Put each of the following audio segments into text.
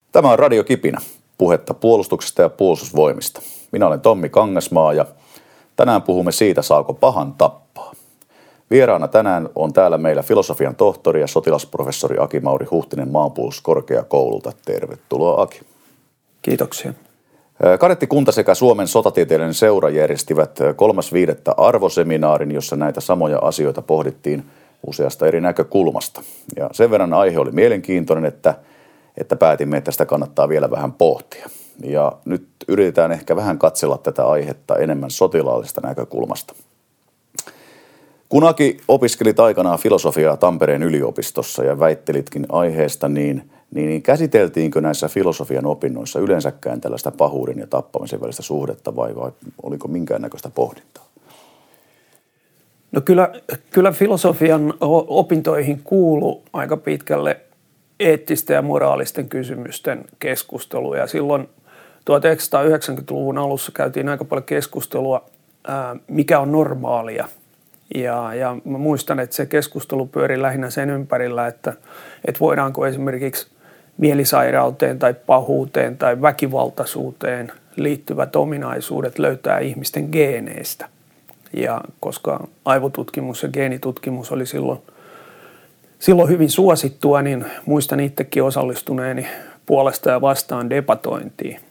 Tämä on Radio Kipinä, puhetta puolustuksesta ja puolustusvoimista. Minä olen Tommi Kangasmaa ja tänään puhumme siitä, saako pahan tappaa. Vieraana tänään on täällä meillä filosofian tohtori ja sotilasprofessori Aki-Mauri Huhtinen Maanpuolustuskorkeakoululta. Tervetuloa, Aki. Kiitoksia. Kadettikunta sekä Suomen sotatieteellinen seura järjestivät 3.5. arvoseminaarin, jossa näitä samoja asioita pohdittiin useasta eri näkökulmasta. Ja sen verran aihe oli mielenkiintoinen, että päätimme, että sitä kannattaa vielä vähän pohtia. Ja nyt yritetään ehkä vähän katsella tätä aihetta enemmän sotilaallisesta näkökulmasta. Kun Aki opiskelit aikanaan filosofiaa Tampereen yliopistossa ja väittelitkin aiheesta, niin käsiteltiinkö näissä filosofian opinnoissa yleensäkään tällaista pahuuden ja tappamisen välistä suhdetta vai oliko minkäännäköistä pohdintaa? No kyllä filosofian opintoihin kuuluu aika pitkälle eettisten ja moraalisten kysymysten keskustelu. Ja silloin 1990-luvun alussa käytiin aika paljon keskustelua, mikä on normaalia. Ja mä muistan, että se keskustelu pyöri lähinnä sen ympärillä, että voidaanko esimerkiksi mielisairauteen tai pahuuteen tai väkivaltaisuuteen liittyvät ominaisuudet löytää ihmisten geeneistä. Ja koska aivotutkimus ja geenitutkimus oli silloin hyvin suosittua, niin muistan itsekin osallistuneeni puolesta ja vastaan debatointiin.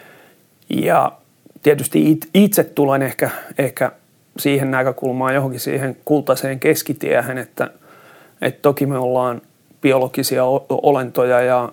Ja tietysti itse tulen ehkä siihen näkökulmaan johonkin siihen kultaiseen keskitiehen, että toki me ollaan biologisia olentoja ja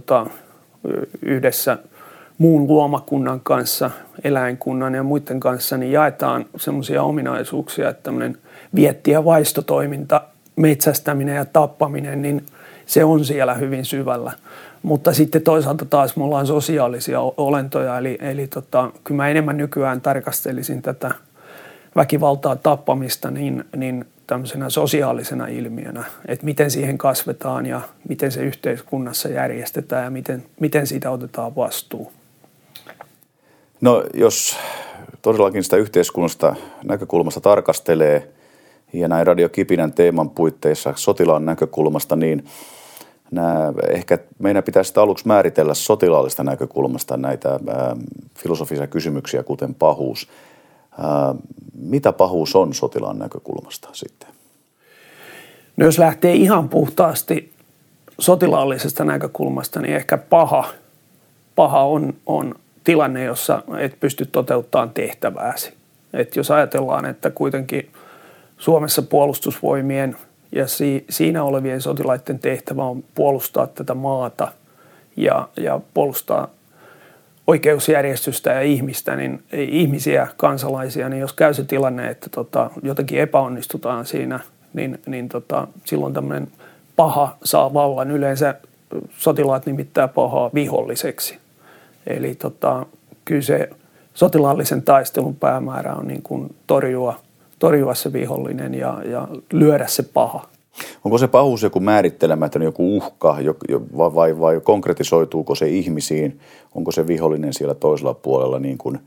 yhdessä muun luomakunnan kanssa, eläinkunnan ja muiden kanssa, niin jaetaan semmoisia ominaisuuksia, että tämmöinen vietti- ja vaistotoiminta, metsästäminen ja tappaminen, niin se on siellä hyvin syvällä. Mutta sitten toisaalta taas me ollaan sosiaalisia olentoja, eli kyllä mä enemmän nykyään tarkastelisin tätä väkivaltaa, tappamista niin tämmöisenä sosiaalisena ilmiönä, että miten siihen kasvetaan ja miten se yhteiskunnassa järjestetään ja miten siitä otetaan vastuu. No jos todellakin sitä yhteiskunnasta näkökulmasta tarkastelee ja näin Radio Kipinän teeman puitteissa sotilaan näkökulmasta, niin ehkä meidän pitäisi aluksi määritellä sotilaallista näkökulmasta näitä filosofisia kysymyksiä, kuten pahuus. Mitä pahuus on sotilaan näkökulmasta sitten? No jos lähtee ihan puhtaasti sotilaallisesta näkökulmasta, niin ehkä paha on tilanne, jossa et pysty toteuttamaan tehtävääsi. Et jos ajatellaan, että kuitenkin Suomessa puolustusvoimien ja siinä olevien sotilaiden tehtävä on puolustaa tätä maata ja puolustaa oikeusjärjestystä ja ihmisiä, kansalaisia, niin jos käy se tilanne, että jotenkin epäonnistutaan siinä, niin silloin tämmöinen paha saa vallan. Yleensä sotilaat nimittää pahaa viholliseksi. Eli kyllä se sotilaallisen taistelun päämäärä on niin kuin torjua se vihollinen ja lyödä se paha. Onko se pahuus joku määrittelemätön, joku uhka vai konkretisoituuko se ihmisiin? Onko se vihollinen siellä toisella puolella niin kuin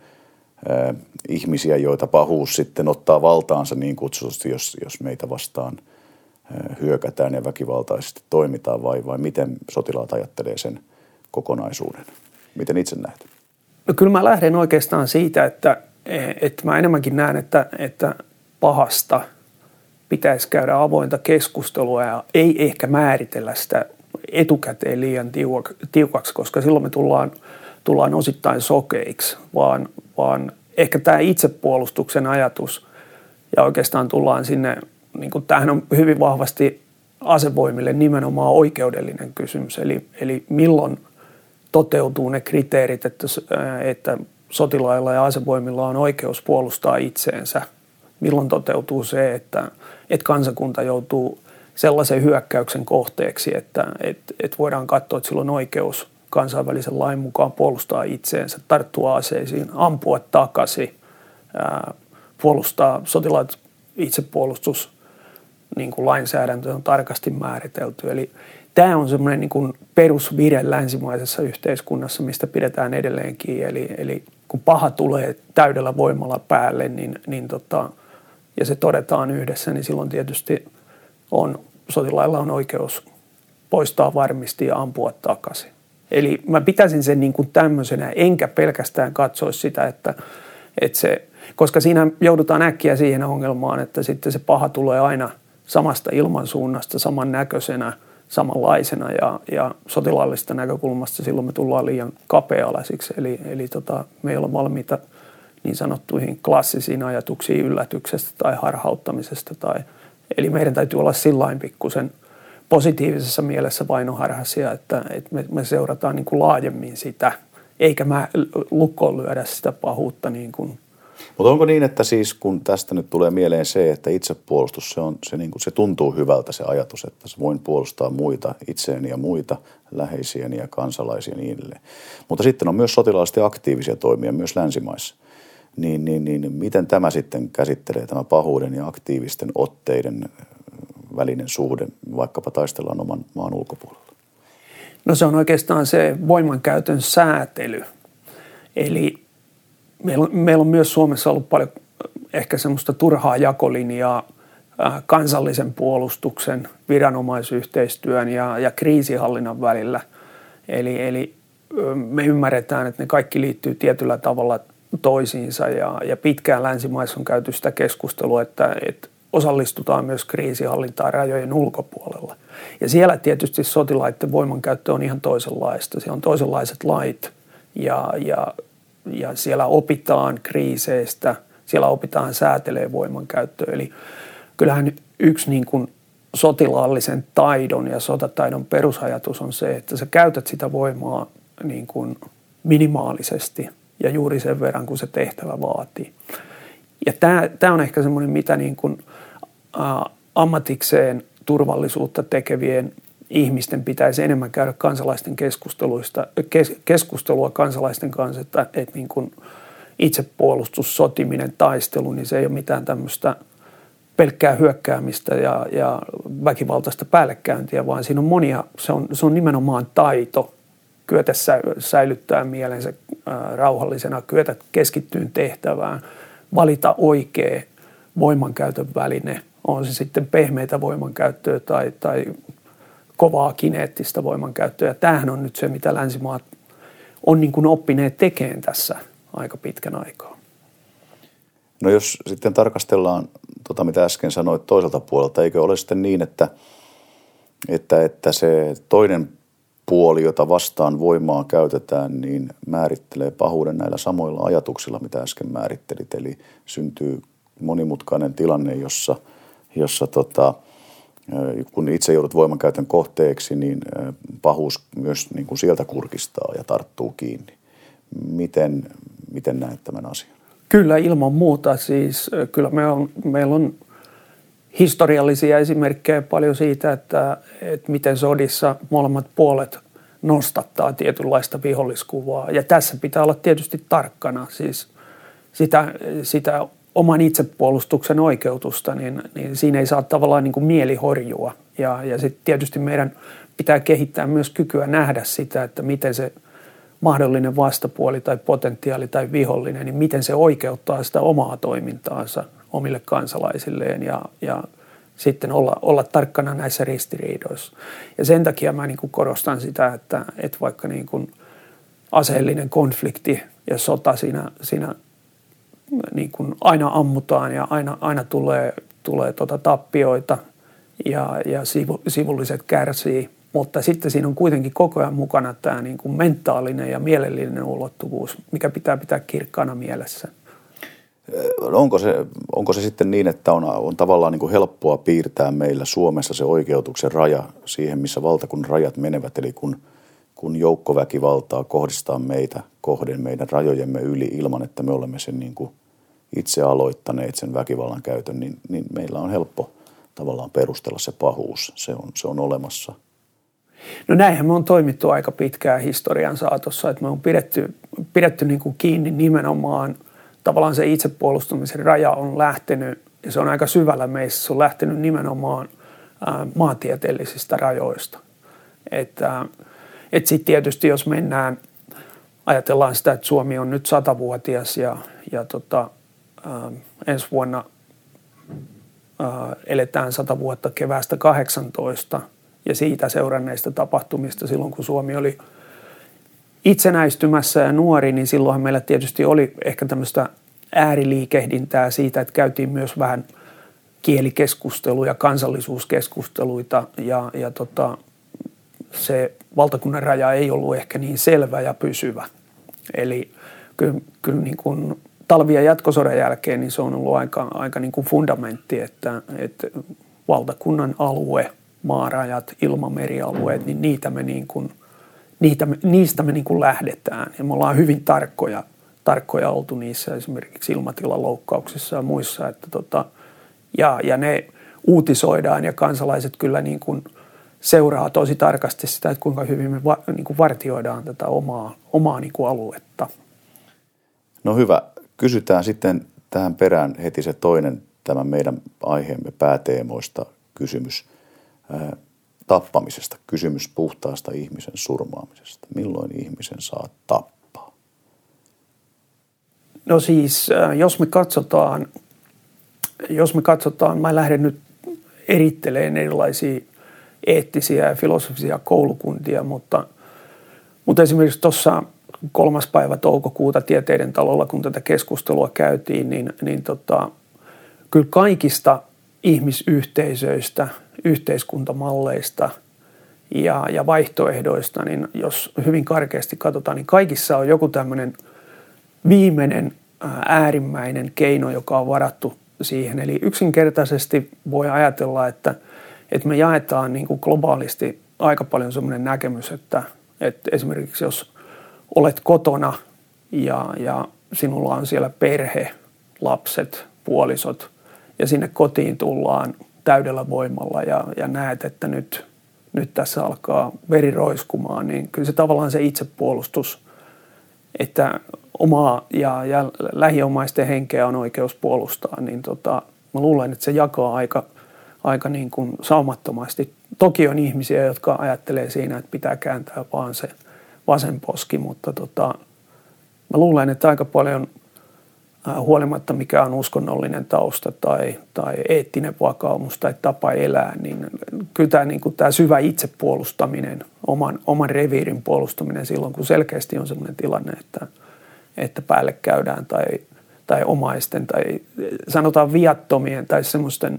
ihmisiä, joita pahuus sitten ottaa valtaansa niin kutsutusti, jos meitä vastaan hyökätään ja väkivaltaisesti toimitaan vai miten sotilaat ajattelee sen kokonaisuuden? Miten itse näet? No kyllä mä lähden oikeastaan siitä, että mä enemmänkin näen, että pahasta pitäisi käydä avointa keskustelua ja ei ehkä määritellä sitä etukäteen liian tiukaksi, koska silloin me tullaan osittain sokeiksi, vaan ehkä tämä itsepuolustuksen ajatus ja oikeastaan tullaan sinne, niin kuin tämähän on hyvin vahvasti asevoimille nimenomaan oikeudellinen kysymys, eli milloin toteutuu ne kriteerit, että sotilailla ja asevoimilla on oikeus puolustaa itseensä. Milloin toteutuu se, että kansakunta joutuu sellaisen hyökkäyksen kohteeksi, että voidaan katsoa, että sillä on oikeus kansainvälisen lain mukaan puolustaa itseensä, tarttua aseisiin, ampua takaisin, puolustaa sotilaat itsepuolustus, niin kuin lainsäädäntö on tarkasti määritelty. Eli tämä on semmoinen niin kuin perusvire länsimaisessa yhteiskunnassa, mistä pidetään edelleenkin. Eli kun paha tulee täydellä voimalla päälle, ja se todetaan yhdessä, niin silloin tietysti sotilailla on oikeus poistaa varmisti ja ampua takaisin. Eli mä pitäisin sen niin kuin tämmöisenä, enkä pelkästään katsoisi sitä, että se, koska siinä joudutaan äkkiä siihen ongelmaan, että sitten se paha tulee aina samasta ilmansuunnasta, samannäköisenä, samanlaisena ja sotilaallisesta näkökulmasta silloin me tullaan liian kapea-alaisiksi. Eli me ei olla valmiita niin sanottuihin klassisiin ajatuksiin yllätyksestä tai harhauttamisesta. Eli meidän täytyy olla sillain pikkusen positiivisessa mielessä vainoharhaisia, että me seurataan niin kuin laajemmin sitä, eikä mä lukkoon lyödä sitä pahuutta niin kuin. Mutta onko niin, että siis kun tästä nyt tulee mieleen se, että itsepuolustus, se tuntuu hyvältä se ajatus, että voin puolustaa muita itseäni ja muita läheisiäni ja kansalaisia niin edelleen. Mutta sitten on myös sotilaallisesti aktiivisia toimia myös länsimaissa. Niin miten tämä sitten käsittelee tämä pahuuden ja aktiivisten otteiden välinen suhde, vaikkapa taistellaan oman maan ulkopuolella? No se on oikeastaan se voimankäytön säätely. Eli meillä on myös Suomessa ollut paljon ehkä semmoista turhaa jakolinjaa kansallisen puolustuksen, viranomaisyhteistyön ja kriisihallinnan välillä. Eli me ymmärretään, että ne kaikki liittyy tietyllä tavalla toisiinsa ja pitkään länsimaissa on käyty sitä keskustelua, että osallistutaan myös kriisihallintaan rajojen ulkopuolella. Ja siellä tietysti sotilaiden voimankäyttö on ihan toisenlaista. Siellä on toisenlaiset lait ja siellä opitaan kriiseistä, siellä opitaan säätelee voimankäyttöä. Eli kyllähän yksi niin kuin sotilaallisen taidon ja sotataidon perusajatus on se, että sä käytät sitä voimaa niin kuin minimaalisesti ja juuri sen verran, kun se tehtävä vaatii. Ja tämä on ehkä semmoinen, mitä niin kuin, ammatikseen turvallisuutta tekevien ihmisten pitäisi enemmän käydä kansalaisten keskustelua kansalaisten kanssa, että niin kuin itsepuolustus, sotiminen, taistelu, niin se ei ole mitään tämmöistä pelkkää hyökkäämistä ja väkivaltaista päällekäyntiä, vaan siinä on monia, se on nimenomaan taito, kyetä säilyttää mielensä rauhallisena, kyetä keskittyyn tehtävään, valita oikea voimankäytön väline, on se sitten pehmeitä voimankäyttöä tai kovaa kineettistä voimankäyttöä. Ja tämähän on nyt se, mitä länsimaat on niin kuin oppineet tekemään tässä aika pitkän aikaa. No jos sitten tarkastellaan mitä äsken sanoit toiselta puolelta, eikö ole sitten niin, että se toinen puoli, jota vastaan voimaa käytetään, niin määrittelee pahuuden näillä samoilla ajatuksilla, mitä äsken määrittelit. Eli syntyy monimutkainen tilanne, jossa kun itse joudut voimankäytön kohteeksi, niin pahuus myös niin kuin sieltä kurkistaa ja tarttuu kiinni. Miten näet tämän asian? Kyllä ilman muuta. Siis kyllä meillä on historiallisia esimerkkejä paljon siitä, että miten sodissa molemmat puolet nostattaa tietynlaista viholliskuvaa. Ja tässä pitää olla tietysti tarkkana. Siis sitä oman itsepuolustuksen oikeutusta, niin siinä ei saa tavallaan niin kuin mieli horjua. Ja sitten tietysti meidän pitää kehittää myös kykyä nähdä sitä, että miten se mahdollinen vastapuoli tai potentiaali tai vihollinen, niin miten se oikeuttaa sitä omaa toimintaansa omille kansalaisilleen ja sitten olla tarkkana näissä ristiriidoissa. Ja sen takia mä niin kuin korostan sitä, että vaikka niin kuin aseellinen konflikti ja sota siinä niin kuin aina ammutaan ja aina tulee tappioita ja sivulliset kärsii, mutta sitten siinä on kuitenkin koko ajan mukana tämä niin kuin mentaalinen ja mielellinen ulottuvuus, mikä pitää pitää kirkkaana mielessä. Onko se sitten niin, että on tavallaan niin kuin helppoa piirtää meillä Suomessa se oikeutuksen raja siihen, missä valtakunnan rajat menevät, eli kun joukkoväkivaltaa kohdistaa meitä kohden meidän rajojemme yli ilman, että me olemme sen niin kuin itse aloittaneet sen väkivallan käytön, niin meillä on helppo tavallaan perustella se pahuus. Se on olemassa. No näinhän me on toimittu aika pitkään historian saatossa, että me on pidetty niin kuin kiinni nimenomaan, tavallaan se itsepuolustamisen raja on lähtenyt, ja se on aika syvällä meissä, se on lähtenyt nimenomaan maantieteellisistä rajoista. Että sitten tietysti jos ajatellaan sitä, että Suomi on nyt 100-vuotias ja ensi vuonna eletään 100 vuotta keväästä 18 ja siitä seuranneista tapahtumista silloin, kun Suomi oli itsenäistymässä ja nuori, niin silloinhan meillä tietysti oli ehkä tämmöistä ääriliikehdintää siitä, että käytiin myös vähän kielikeskusteluja, kansallisuuskeskusteluita ja se valtakunnan raja ei ollut ehkä niin selvä ja pysyvä. Eli kyllä niin kuin talvi- ja jatkosodan jälkeen niin se on ollut aika niin kuin fundamentti, että valtakunnan alue, maarajat, ilmamerialueet, niin niistä me niin kuin lähdetään. Ja me ollaan hyvin tarkkoja oltu niissä esimerkiksi ilmatilaloukkauksissa ja muissa. Että ja ne uutisoidaan ja kansalaiset kyllä niin kuin seuraa tosi tarkasti sitä, että kuinka hyvin me niin kuin vartioidaan tätä omaa niin kuin aluetta. No hyvä. Kysytään sitten tähän perään heti se toinen tämän meidän aiheemme pääteemoista kysymys tappamisesta. Kysymys puhtaasta ihmisen surmaamisesta. Milloin ihmisen saa tappaa? No siis, jos me katsotaan, mä lähden nyt erittelemään erilaisia eettisiä ja filosofisia koulukuntia, mutta esimerkiksi tuossa 3. päivä toukokuuta Tieteiden talolla, kun tätä keskustelua käytiin, niin kyllä kaikista ihmisyhteisöistä, yhteiskuntamalleista ja vaihtoehdoista, niin jos hyvin karkeasti katsotaan, niin kaikissa on joku tämmöinen viimeinen äärimmäinen keino, joka on varattu siihen. Eli yksinkertaisesti voi ajatella, että me jaetaan niin kuin globaalisti aika paljon semmoinen näkemys, että esimerkiksi jos olet kotona ja sinulla on siellä perhe, lapset, puolisot ja sinne kotiin tullaan täydellä voimalla ja näet, että nyt tässä alkaa veri roiskumaan, niin kyllä se tavallaan se itsepuolustus, että omaa ja lähiomaisten henkeä on oikeus puolustaa, niin mä luulen, että se jakaa aika niin kuin saumattomasti. Toki on ihmisiä, jotka ajattelee siinä, että pitää kääntää vaan se vasen poski, mutta mä luulen, että aika paljon huolimatta mikä on uskonnollinen tausta tai eettinen vakaumus tai tapa elää, niin kyllä tämä syvä itsepuolustaminen, oman reviirin puolustaminen silloin, kun selkeästi on sellainen tilanne, että päälle käydään tai omaisten tai sanotaan viattomien tai semmoisten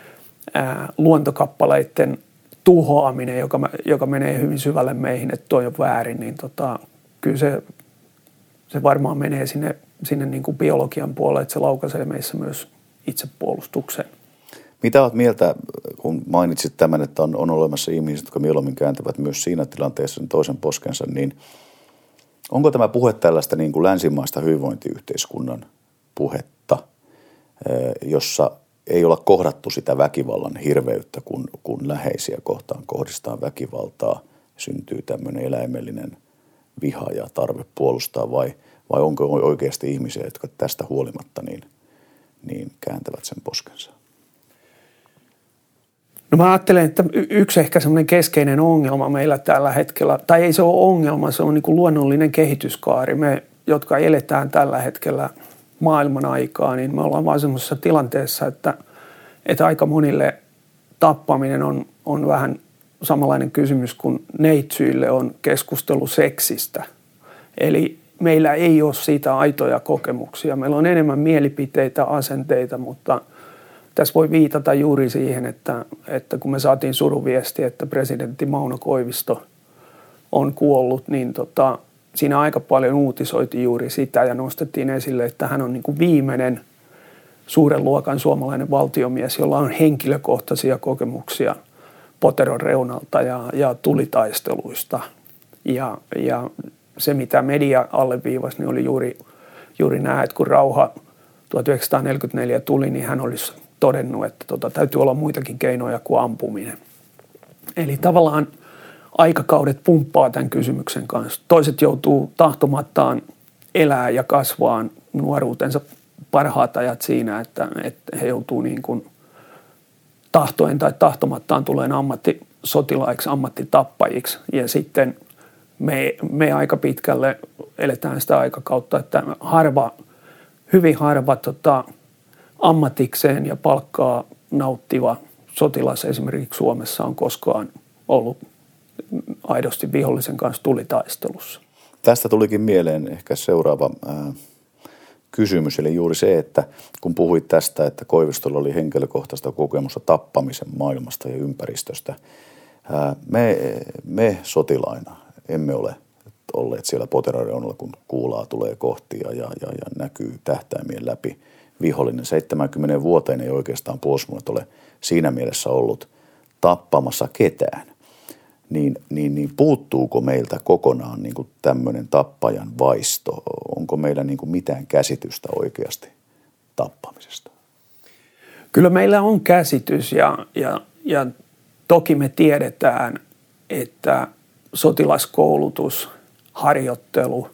luontokappaleiden tuhoaminen, joka menee hyvin syvälle meihin, että toi on väärin, niin kyllä se varmaan menee sinne niin kuin biologian puolelle, että se laukaisee meissä myös itsepuolustukseen. Mitä olet mieltä, kun mainitsit tämän, että on olemassa ihmiset, jotka mieluummin kääntävät myös siinä tilanteessa sen toisen poskensa, niin onko tämä puhe tällaista niin kuin länsimaista hyvinvointiyhteiskunnan puhetta, jossa ei olla kohdattu sitä väkivallan hirveyttä, kun läheisiä kohtaan kohdistaan väkivaltaa, syntyy tämmöinen eläimellinen viha ja tarve puolustaa, vai onko oikeasti ihmisiä, jotka tästä huolimatta niin kääntävät sen poskensa? No mä ajattelen, että yksi ehkä semmoinen keskeinen ongelma meillä tällä hetkellä, tai ei se ole ongelma, se on niin kuin luonnollinen kehityskaari. Me, jotka eletään tällä hetkellä maailman aikaa, niin me ollaan vaan semmoisessa tilanteessa, että aika monille tappaminen on vähän samanlainen kysymys kuin neitsyille on keskustelu seksistä. Eli meillä ei ole siitä aitoja kokemuksia. Meillä on enemmän mielipiteitä, asenteita, mutta tässä voi viitata juuri siihen, että kun me saatiin suruviesti, että presidentti Mauno Koivisto on kuollut, niin siinä aika paljon uutisoitiin juuri sitä ja nostettiin esille, että hän on niin kuin viimeinen suuren luokan suomalainen valtiomies, jolla on henkilökohtaisia kokemuksia poteron reunalta ja tulitaisteluista. Ja se, mitä media alleviivasi, niin oli juuri nämä, että kun rauha 1944 tuli, niin hän olisi todennut, että täytyy olla muitakin keinoja kuin ampuminen. Eli tavallaan aikakaudet pumppaa tämän kysymyksen kanssa. Toiset joutuu tahtomattaan elää ja kasvaa nuoruutensa parhaat ajat siinä, että he joutuu niin kuin tahtoen tai tahtomattaan tulee ammattisotilaiksi, ammattitappajiksi. Ja sitten me aika pitkälle eletään sitä aikakautta, että hyvin harva ammatikseen ja palkkaa nauttiva sotilas esimerkiksi Suomessa on koskaan ollut aidosti vihollisen kanssa tulitaistelussa. tästä tulikin mieleen ehkä seuraava kysymys, eli juuri se, että kun puhuit tästä, että Koivistolla oli henkilökohtaista kokemusta tappamisen maailmasta ja ympäristöstä, me sotilaina emme ole olleet siellä poteroreunalla, kun kuulaa tulee kohti ja näkyy tähtäimien läpi vihollinen. 70 vuoteen ei oikeastaan puolustusvoimat ole siinä mielessä ollut tappamassa ketään. Niin puuttuuko meiltä kokonaan niin kuin tämmöinen tappajan vaisto? Onko meillä niin kuin mitään käsitystä oikeasti tappamisesta? Kyllä meillä on käsitys ja toki me tiedetään, että sotilaskoulutus, harjoittelu,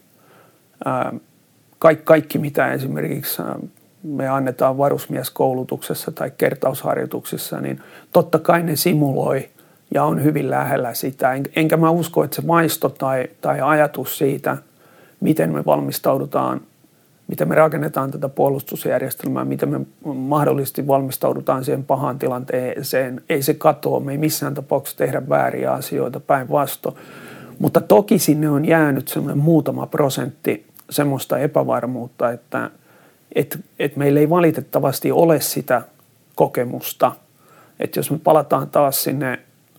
kaikki mitä esimerkiksi me annetaan varusmieskoulutuksessa tai kertausharjoituksissa, niin totta kai ne simuloi ja on hyvin lähellä sitä. Enkä mä usko, että se maisto tai ajatus siitä, miten me valmistaudutaan, miten me rakennetaan tätä puolustusjärjestelmää, miten me mahdollisesti valmistaudutaan siihen pahaan tilanteeseen, ei se katoa. Me ei missään tapauksessa tehdä vääriä asioita päinvastoin. Mutta toki sinne on jäänyt semmoinen muutama prosentti semmoista epävarmuutta, että meillä ei valitettavasti ole sitä kokemusta. Että jos me palataan taas sinne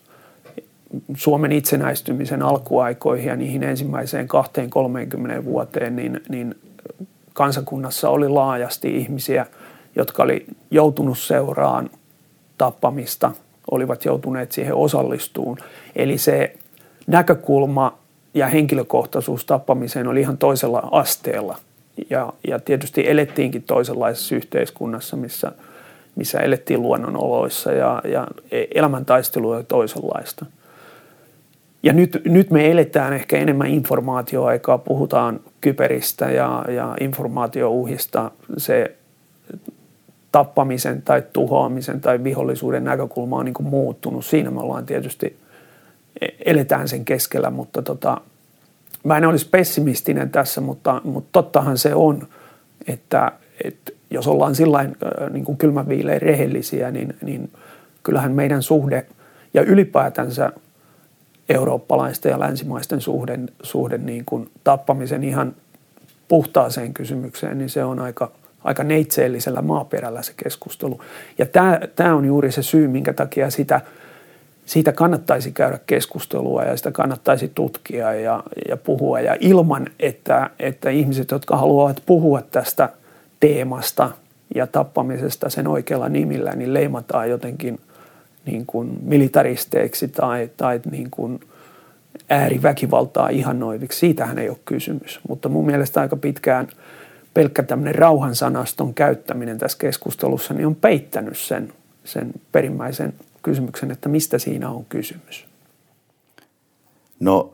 Suomen itsenäistymisen alkuaikoihin ja niihin ensimmäiseen 20-30 vuoteen, niin kansakunnassa oli laajasti ihmisiä, jotka oli joutunut seuraan tappamista, olivat joutuneet siihen osallistumaan. Eli se näkökulma ja henkilökohtaisuus tappamiseen oli ihan toisella asteella. Ja tietysti elettiinkin toisenlaisessa yhteiskunnassa, missä elettiin luonnonoloissa ja elämäntaistelu oli toisenlaista. Ja nyt me eletään ehkä enemmän informaatioaikaa, puhutaan kyberistä ja informaatiouhista. Se tappamisen tai tuhoamisen tai vihollisuuden näkökulma on niin kuin muuttunut. Siinä me ollaan tietysti, eletään sen keskellä, mutta mä en olisi pessimistinen tässä, mutta tottahan se on, että jos ollaan sillain niin kuin kylmäviilein rehellisiä, niin kyllähän meidän suhde ja ylipäätänsä eurooppalaisten ja länsimaisten suhde niin kuin tappamisen ihan puhtaaseen kysymykseen, niin se on aika neitseellisellä maaperällä se keskustelu. Ja tämä on juuri se syy, minkä takia siitä kannattaisi käydä keskustelua ja sitä kannattaisi tutkia ja puhua. Ja ilman, että ihmiset, jotka haluavat puhua tästä teemasta ja tappamisesta sen oikealla nimillä, niin leimataan jotenkin niin kuin militaristeiksi tai niin kuin ääriväkivaltaa ihannoiviksi. Siitähän ei ole kysymys. Mutta mun mielestä aika pitkään pelkkä tämmöinen rauhansanaston käyttäminen tässä keskustelussa niin on peittänyt sen perimmäisen kysymyksen, että mistä siinä on kysymys. No,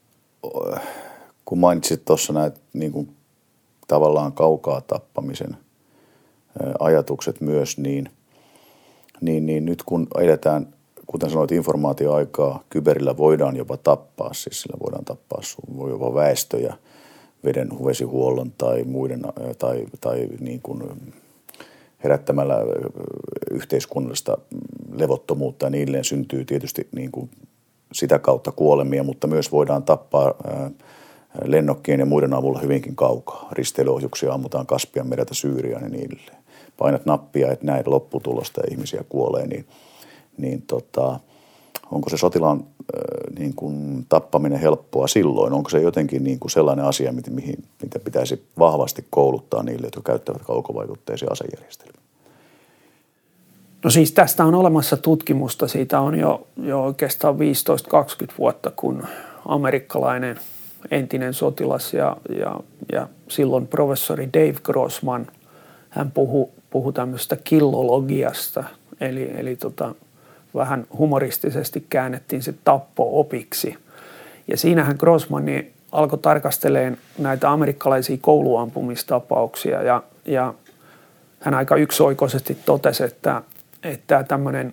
kun mainitsit tuossa näitä niin kuin tavallaan kaukaa tappamisen ajatukset myös, niin nyt kun eletään, kuten sanoit, informaatioaikaa, kyberillä voidaan jopa tappaa, siis sillä voidaan tappaa jopa väestöjä vesihuollon tai muiden, tai niin kuin herättämällä yhteiskunnallista levottomuutta ja niilleen syntyy tietysti niin kuin sitä kautta kuolemia, mutta myös voidaan tappaa lennokkien ja muiden avulla hyvinkin kaukaa. Risteilyohjuksia ammutaan Kaspian mereltä Syyriaan ja niin edelleen. Painat nappia, että näin lopputulosta ja ihmisiä kuolee, niin onko se sotilaan niin kuin tappaminen helppoa silloin? Onko se jotenkin niin kuin sellainen asia, mitä pitäisi vahvasti kouluttaa niille, jotka käyttävät kaukovaikutteisia asejärjestelmiä? No siis tästä on olemassa tutkimusta. Siitä on jo oikeastaan 15-20 vuotta, kun amerikkalainen entinen sotilas ja silloin professori Dave Grossman, hän puhui tämmöistä killologiasta, eli vähän humoristisesti käännettiin se tappo-opiksi. Ja siinähän Grossman alkoi tarkastelemaan näitä amerikkalaisia kouluampumistapauksia ja hän aika yksioikoisesti totesi, että tämmöinen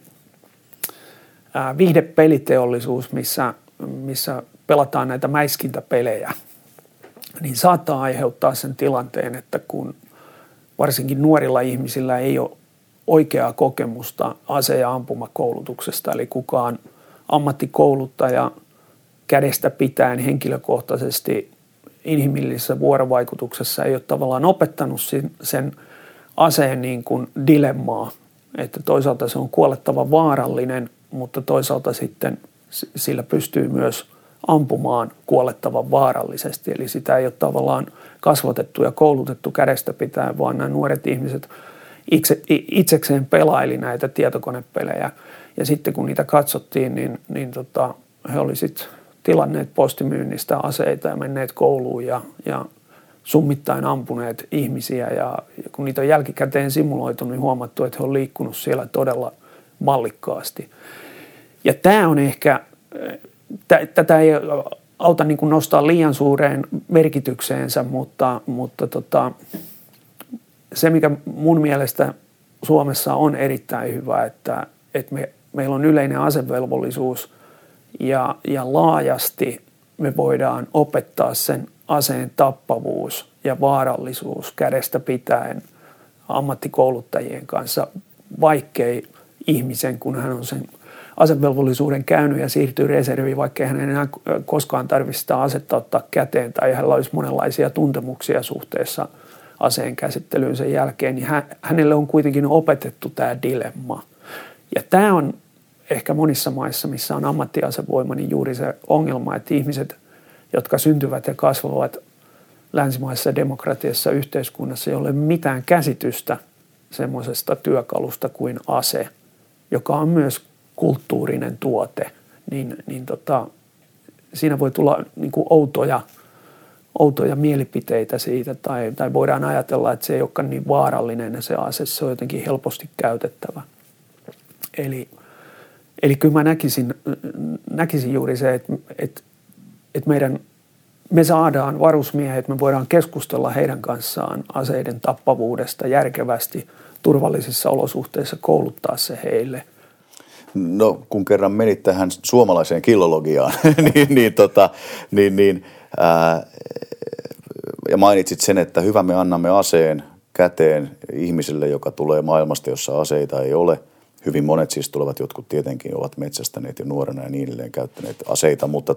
viihdepeliteollisuus, missä pelataan näitä mäiskintäpelejä, niin saattaa aiheuttaa sen tilanteen, että kun varsinkin nuorilla ihmisillä ei ole oikeaa kokemusta ase- ja ampumakoulutuksesta, eli kukaan ammattikouluttaja kädestä pitäen henkilökohtaisesti inhimillisessä vuorovaikutuksessa ei ole tavallaan opettanut sen aseen niin kuin dilemmaa, että toisaalta se on kuolettava vaarallinen, mutta toisaalta sitten sillä pystyy myös ampumaan kuolettavan vaarallisesti. Eli sitä ei ole tavallaan kasvatettu ja koulutettu kädestä pitäen, vaan nämä nuoret ihmiset itsekseen pelaili näitä tietokonepelejä. Ja sitten kun niitä katsottiin, niin he oli sitten tilanneet postimyynnistä aseita ja menneet kouluun ja summittain ampuneet ihmisiä. Ja kun niitä on jälkikäteen simuloitu, niin huomattu, että he on liikkunut siellä todella mallikkaasti. Ja tämä on ehkä, tätä ei auta niin kuin nostaa liian suureen merkitykseensä, mutta se, mikä mun mielestä Suomessa on erittäin hyvä, että meillä on yleinen asevelvollisuus ja laajasti me voidaan opettaa sen aseen tappavuus ja vaarallisuus kädestä pitäen ammattikouluttajien kanssa, vaikkei ihmisen, kun hän on sen asevelvollisuuden käynyt ja siirtyy reserviin, vaikkei hän enää koskaan tarvitse sitä asetta ottaa käteen tai hänellä olisi monenlaisia tuntemuksia suhteessa aseen käsittelyyn sen jälkeen, niin hänelle on kuitenkin opetettu tämä dilemma. Ja tämä on ehkä monissa maissa, missä on ammattiasevoima, niin juuri se ongelma, että ihmiset, jotka syntyvät ja kasvavat länsimaisessa demokratiassa yhteiskunnassa, ei ole mitään käsitystä semmoisesta työkalusta kuin ase, joka on myös kulttuurinen tuote, niin siinä voi tulla niin kuin outoja mielipiteitä siitä, tai voidaan ajatella, että se ei olekaan niin vaarallinen se ase, se on jotenkin helposti käytettävä. Eli kyllä mä näkisin juuri se, että me saadaan varusmiehet, me voidaan keskustella heidän kanssaan aseiden tappavuudesta järkevästi, turvallisissa olosuhteissa kouluttaa se heille. No kun kerran menit tähän suomalaiseen killologiaan, ja mainitsit sen, että hyvä me annamme aseen käteen ihmiselle, joka tulee maailmasta, jossa aseita ei ole. Hyvin monet siis tulevat, jotkut tietenkin ovat metsästäneet jo nuorena ja niin edelleen käyttäneet aseita, mutta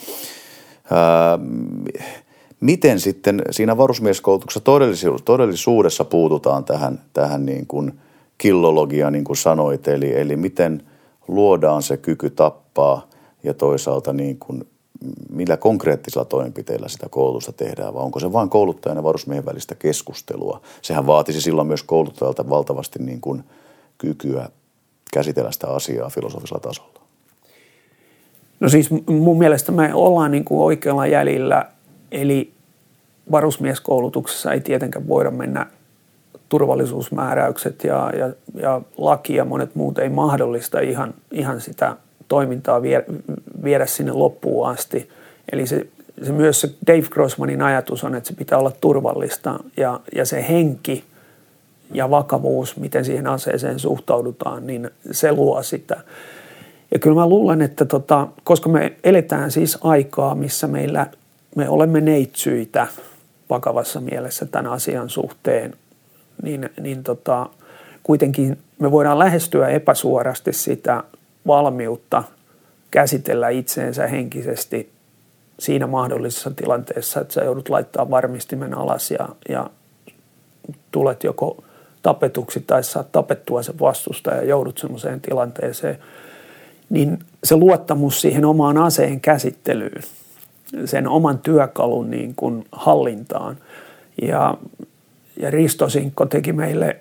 miten sitten siinä varusmieskoulutuksessa todellisuudessa puututaan tähän niin kuin killologiaan, niin kuin sanoit, eli miten luodaan se kyky tappaa ja toisaalta niin kuin millä konkreettisilla toimenpiteillä sitä koulutusta tehdään, vai onko se vain kouluttajan ja varusmiehen välistä keskustelua? Sehän vaatisi silloin myös kouluttajalta valtavasti niin kuin kykyä käsitellä sitä asiaa filosofisella tasolla. No siis mun mielestä me ollaan niin kuin oikealla jäljellä, eli varusmieskoulutuksessa ei tietenkään voida mennä turvallisuusmääräykset ja laki ja monet muut ei mahdollista ihan sitä toimintaa viedä sinne loppuun asti. Eli se myös se Dave Grossmanin ajatus on, että se pitää olla turvallista ja se henki ja vakavuus, miten siihen aseeseen suhtaudutaan, niin se luo sitä. Ja kyllä mä luulen, että koska me eletään siis aikaa, missä me olemme neitsyitä vakavassa mielessä tämän asian suhteen, niin kuitenkin me voidaan lähestyä epäsuorasti sitä valmiutta käsitellä itseensä henkisesti siinä mahdollisessa tilanteessa, että sä joudut laittaa varmistimen alas ja tulet joko tapetuksi tai saat tapettua sen vastusta ja joudut semmoiseen tilanteeseen, niin se luottamus siihen omaan aseen käsittelyyn, sen oman työkalun niin kuin hallintaan. Ja Risto Sinkko teki meille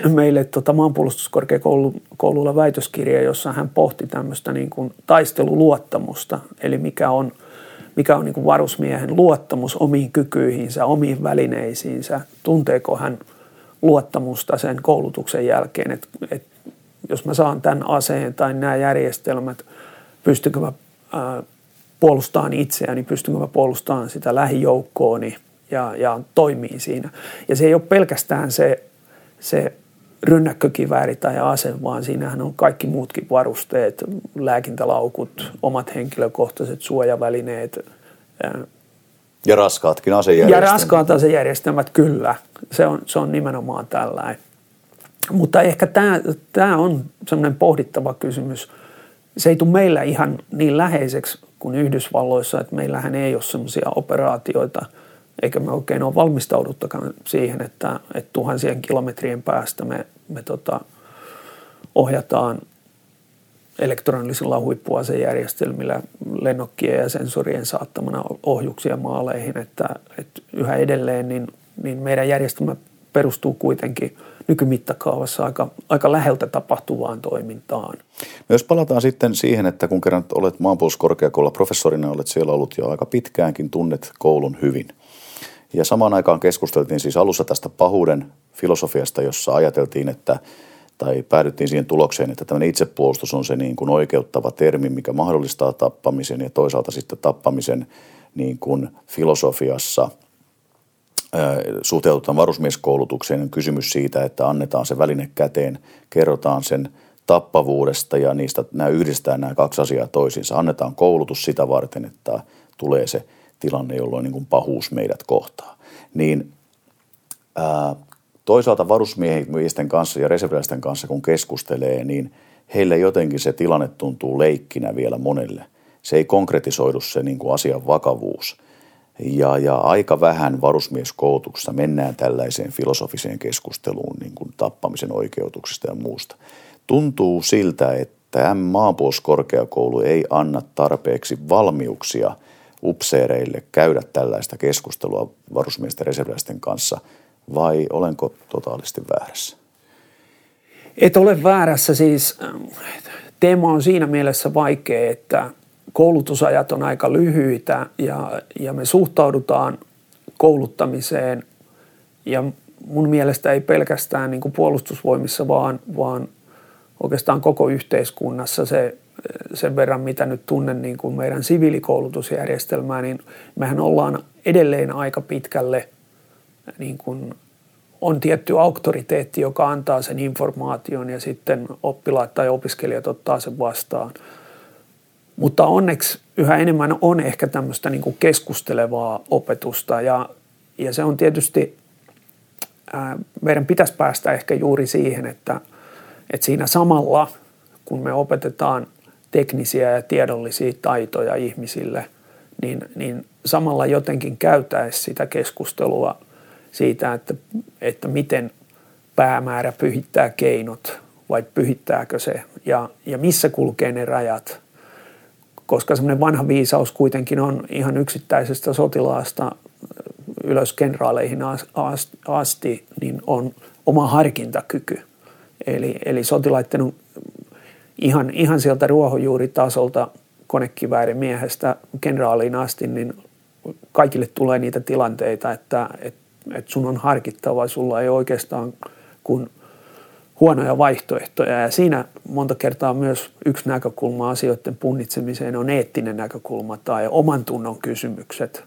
maanpuolustuskorkeakoululla väitöskirja, jossa hän pohti tämmöistä niin kuin taisteluluottamusta, eli mikä on niin kuin varusmiehen luottamus omiin kykyihinsä, omiin välineisiinsä, tunteeko hän luottamusta sen koulutuksen jälkeen, että jos mä saan tämän aseen tai nämä järjestelmät, pystynkö mä puolustamaan itseäni, pystynkö mä puolustamaan sitä lähijoukkooni ja toimii siinä. Ja se ei ole pelkästään se rynnäkkökivääri tai ase, vaan siinähän on kaikki muutkin varusteet, lääkintälaukut, omat henkilökohtaiset suojavälineet. Ja raskaatkin asejärjestelmät. Ja raskaat asejärjestelmät, kyllä. Se on nimenomaan tällainen. Mutta ehkä tämä on semmoinen pohdittava kysymys. Se ei tule meillä ihan niin läheiseksi kuin Yhdysvalloissa, että meillähän ei ole semmoisia operaatioita eikä me oikein ole valmistauduttakaan siihen, että tuhansien kilometrien päästä me ohjataan elektronisilla huippuasejärjestelmillä lennokkien ja sensorien saattamana ohjuksia maaleihin, että yhä edelleen niin meidän järjestelmä perustuu kuitenkin nykymittakaavassa aika läheltä tapahtuvaan toimintaan. Jos palataan sitten siihen, että kun kerran olet maanpuolustuskorkeakoululla professorina, olet siellä ollut jo aika pitkäänkin, tunnet koulun hyvin. Ja samaan aikaan keskusteltiin siis alussa tästä pahuuden filosofiasta, jossa ajateltiin, tai päädyttiin siihen tulokseen, että tämmöinen itsepuolustus on se niin kuin oikeuttava termi, mikä mahdollistaa tappamisen, ja toisaalta sitten tappamisen niin kuin filosofiassa suhteutetaan varusmieskoulutukseen, on kysymys siitä, että annetaan se väline käteen, kerrotaan sen tappavuudesta ja yhdistetään nämä kaksi asiaa toisiinsa. Annetaan koulutus sitä varten, että tulee se tilanne, jolloin niin kuin pahuus meidät kohtaa. Niin toisaalta varusmiesten kanssa ja reserviläisten kanssa kun keskustelee, niin heille jotenkin se tilanne tuntuu leikkinä vielä monelle. Se ei konkretisoidu se niin kuin asian vakavuus. Ja aika vähän varusmieskoulutuksessa mennään tällaiseen filosofiseen keskusteluun niin kuin tappamisen oikeutuksesta ja muusta. Tuntuu siltä, että maanpuolustuskorkeakoulu ei anna tarpeeksi valmiuksia upseereille käydä tällaista keskustelua varusmiesten ja reserviläisten kanssa, vai olenko totaalisesti väärässä? Et ole väärässä, siis teema on siinä mielessä vaikea, että koulutusajat on aika lyhyitä ja me suhtaudutaan kouluttamiseen ja mun mielestä ei pelkästään niin kuin puolustusvoimissa, vaan oikeastaan koko yhteiskunnassa sen verran, mitä nyt tunnen niin kuin meidän siviilikoulutusjärjestelmää, niin mehän ollaan edelleen aika pitkälle, niin kuin on tietty auktoriteetti, joka antaa sen informaation ja sitten oppilaat tai opiskelijat ottaa sen vastaan. Mutta onneksi yhä enemmän on ehkä tämmöistä niin kuin keskustelevaa opetusta ja se on tietysti, meidän pitäisi päästä ehkä juuri siihen, että siinä samalla, kun me opetetaan teknisiä ja tiedollisia taitoja ihmisille, niin samalla jotenkin käytäisiin sitä keskustelua siitä, että miten päämäärä pyhittää keinot vai pyhittääkö se ja missä kulkee ne rajat. Koska semmoinen vanha viisaus kuitenkin on ihan yksittäisestä sotilaasta ylös kenraaleihin asti, niin on oma harkintakyky. Eli sotilaiden on ihan sieltä ruohonjuuritasolta konekiväärimiehestä kenraaliin asti, niin kaikille tulee niitä tilanteita, että sun on harkittava, sulla ei oikeastaan kuin huonoja vaihtoehtoja. Ja siinä monta kertaa myös yksi näkökulma asioiden punnitsemiseen on eettinen näkökulma tai oman tunnon kysymykset.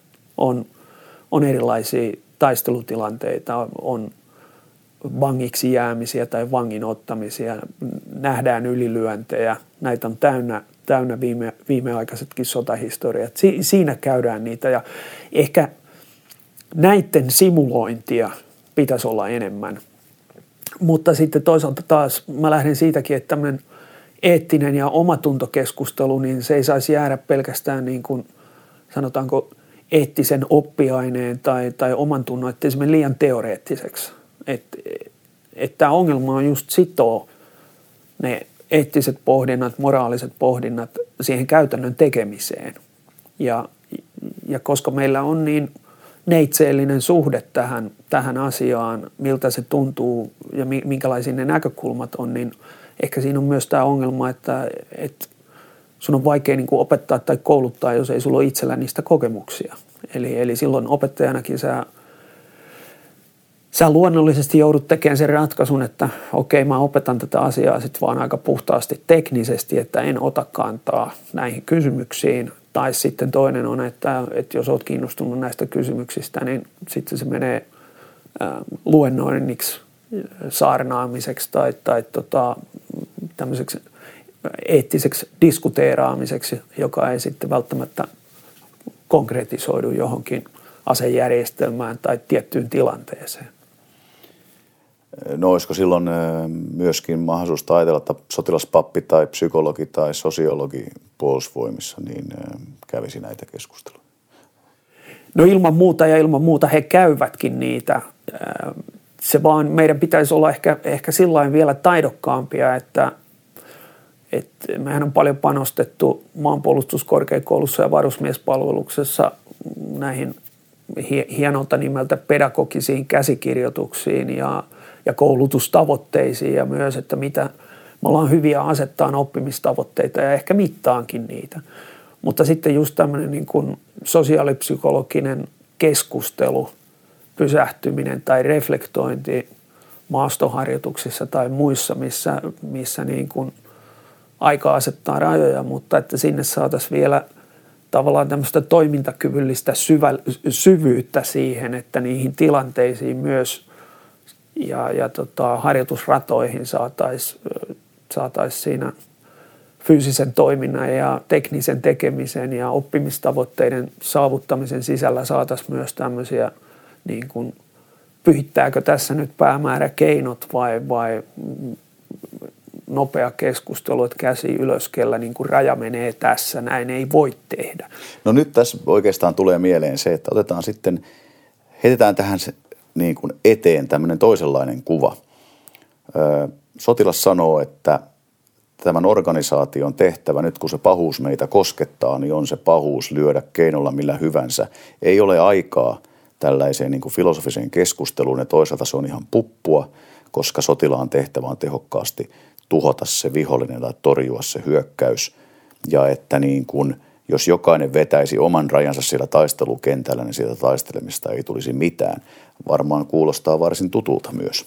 On erilaisia taistelutilanteita, on vangiksi jäämisiä tai vangin ottamisia, nähdään ylilyöntejä. Näitä on täynnä viimeaikaisetkin sotahistoriat. Siinä käydään niitä ja ehkä näiden simulointia pitäisi olla enemmän. Mutta sitten toisaalta taas mä lähden siitäkin, että tämmöinen eettinen ja omatuntokeskustelu, niin se ei saisi jäädä pelkästään niin kuin sanotaanko eettisen oppiaineen tai oman tunnon, ettei se mene liian teoreettiseksi. Että tämä ongelma on just sitoo ne eettiset pohdinnat, moraaliset pohdinnat siihen käytännön tekemiseen. Ja koska meillä on niin neitseellinen suhde tähän asiaan, miltä se tuntuu ja minkälaisia ne näkökulmat on, niin ehkä siinä on myös tämä ongelma, että sun on vaikea niin kuin opettaa tai kouluttaa, jos ei sulla ole itsellä niistä kokemuksia. Eli silloin opettajanakin sä luonnollisesti joudut tekemään sen ratkaisun, että okei, mä opetan tätä asiaa sitten vaan aika puhtaasti teknisesti, että en ota kantaa näihin kysymyksiin. Tai sitten toinen on, että jos olet kiinnostunut näistä kysymyksistä, niin sitten se menee luennoinniksi, saarnaamiseksi tai tämmöiseksi eettiseksi diskuteeraamiseksi, joka ei sitten välttämättä konkretisoidu johonkin asejärjestelmään tai tiettyyn tilanteeseen. No olisiko silloin myöskin mahdollisuus ajatella, että sotilaspappi tai psykologi tai sosiologi puolustusvoimissa niin kävisi näitä keskusteluja? No ilman muuta he käyvätkin niitä. Se vaan meidän pitäisi olla ehkä sillain vielä taidokkaampia, että mehän on paljon panostettu maanpuolustuskorkeakoulussa ja varusmiespalveluksessa näihin hienolta nimeltä pedagogisiin käsikirjoituksiin ja koulutustavoitteisiin ja myös, että mitä me ollaan hyviä asettaa oppimistavoitteita ja ehkä mittaankin niitä. Mutta sitten just tämmöinen niin kuin sosiaalipsykologinen keskustelu, pysähtyminen tai reflektointi maastoharjoituksissa tai muissa, missä niin kuin aika asettaa rajoja, mutta että sinne saataisiin vielä tavallaan tämmöistä toimintakyvyllistä syvyyttä siihen, että niihin tilanteisiin myös ja harjoitusratoihin saataisiin siinä fyysisen toiminnan ja teknisen tekemisen ja oppimistavoitteiden saavuttamisen sisällä saataisiin myös tämmöisiä, niin kuin, pyhittääkö tässä nyt päämäärä keinot vai nopea keskustelu, että käsi ylös, kellä niin kuin raja menee tässä, näin ei voi tehdä. No nyt tässä oikeastaan tulee mieleen se, että otetaan sitten, heitetään tähän niin kuin eteen tämmöinen toisenlainen kuva. Sotilas sanoo, että tämän organisaation tehtävä, nyt kun se pahuus meitä koskettaa, niin on se pahuus lyödä keinolla millä hyvänsä. Ei ole aikaa tällaiseen niin kuin filosofiseen keskusteluun ja toisaalta se on ihan puppua, koska sotilaan tehtävä on tehokkaasti tuhota se vihollinen tai torjua se hyökkäys. Ja että niin kuin, jos jokainen vetäisi oman rajansa siellä taistelukentällä, niin sieltä taistelemista ei tulisi mitään. Varmaan kuulostaa varsin tutulta myös.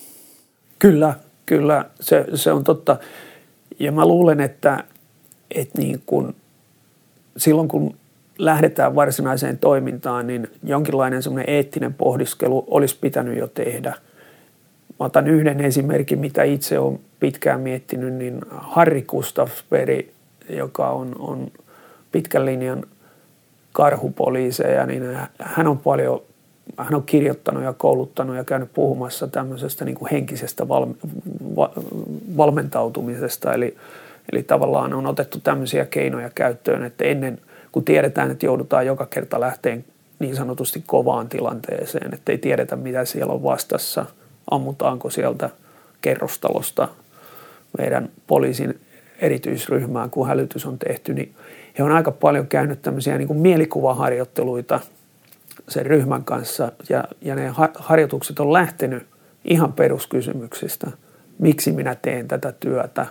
Kyllä, se on totta. Ja mä luulen, että niin kun, silloin kun lähdetään varsinaiseen toimintaan, niin jonkinlainen semmoinen eettinen pohdiskelu olisi pitänyt jo tehdä. Mä otan yhden esimerkin, mitä itse olen pitkään miettinyt, niin Harry Gustafsberg, joka on pitkän linjan karhupoliiseja, niin hän on kirjoittanut ja kouluttanut ja käynyt puhumassa tämmöisestä niin kuin henkisestä valmentautumisesta. Eli tavallaan on otettu tämmöisiä keinoja käyttöön, että ennen kun tiedetään, että joudutaan joka kerta lähteen niin sanotusti kovaan tilanteeseen, että ei tiedetä mitä siellä on vastassa, ammutaanko sieltä kerrostalosta meidän poliisin erityisryhmään, kun hälytys on tehty, niin he on aika paljon käynyt tämmöisiä niin kuin mielikuvaharjoitteluita sen ryhmän kanssa ja ne harjoitukset on lähtenyt ihan peruskysymyksistä. Miksi minä teen tätä työtä?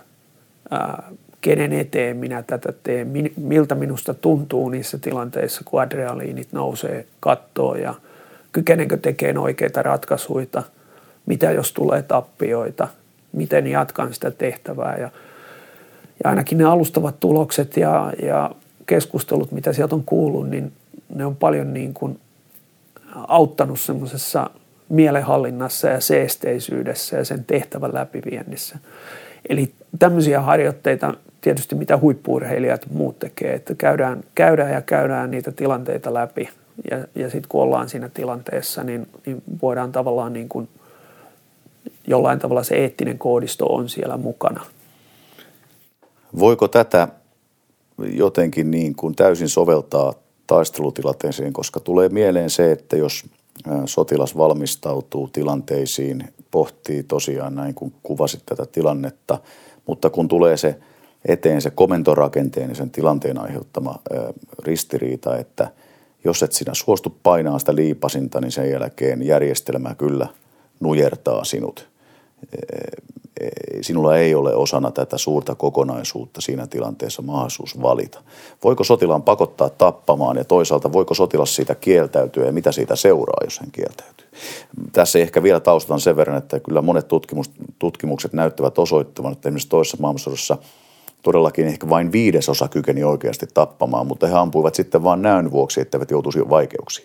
Kenen eteen minä tätä teen? Miltä minusta tuntuu niissä tilanteissa, kun adrenaliinit nousee kattoon ja kykenenkö tekemään oikeita ratkaisuja? Mitä jos tulee tappioita? Miten jatkan sitä tehtävää? Ja ainakin ne alustavat tulokset ja keskustelut, mitä sieltä on kuullut, niin ne on paljon niin kuin auttanut semmoisessa mielenhallinnassa ja seesteisyydessä ja sen tehtävän läpiviennissä. Eli tämmöisiä harjoitteita tietysti mitä huippu-urheilijat muut tekee, että käydään niitä tilanteita läpi ja sitten kun ollaan siinä tilanteessa, niin voidaan tavallaan niin kuin jollain tavalla se eettinen koodisto on siellä mukana. Voiko tätä jotenkin niin kuin täysin soveltaa taistelutilanteeseen, koska tulee mieleen se, että jos sotilas valmistautuu tilanteisiin, pohtii tosiaan näin kuin kuvasit tätä tilannetta, mutta kun tulee se eteen se komentorakenteen ja sen tilanteen aiheuttama ristiriita, että jos et sinä suostu painaa sitä liipasinta, niin sen jälkeen järjestelmä kyllä nujertaa sinut. Sinulla ei ole osana tätä suurta kokonaisuutta siinä tilanteessa mahdollisuus valita. Voiko sotilaan pakottaa tappamaan ja toisaalta voiko sotilas siitä kieltäytyä ja mitä siitä seuraa, jos hän kieltäytyy? Tässä ehkä vielä taustan sen verran, että kyllä monet tutkimukset näyttävät osoittavan, että esimerkiksi toisessa maailmansodassa todellakin ehkä vain 5% kykeni oikeasti tappamaan, mutta he ampuivat sitten vain näön vuoksi, etteivät joutuisi vaikeuksiin.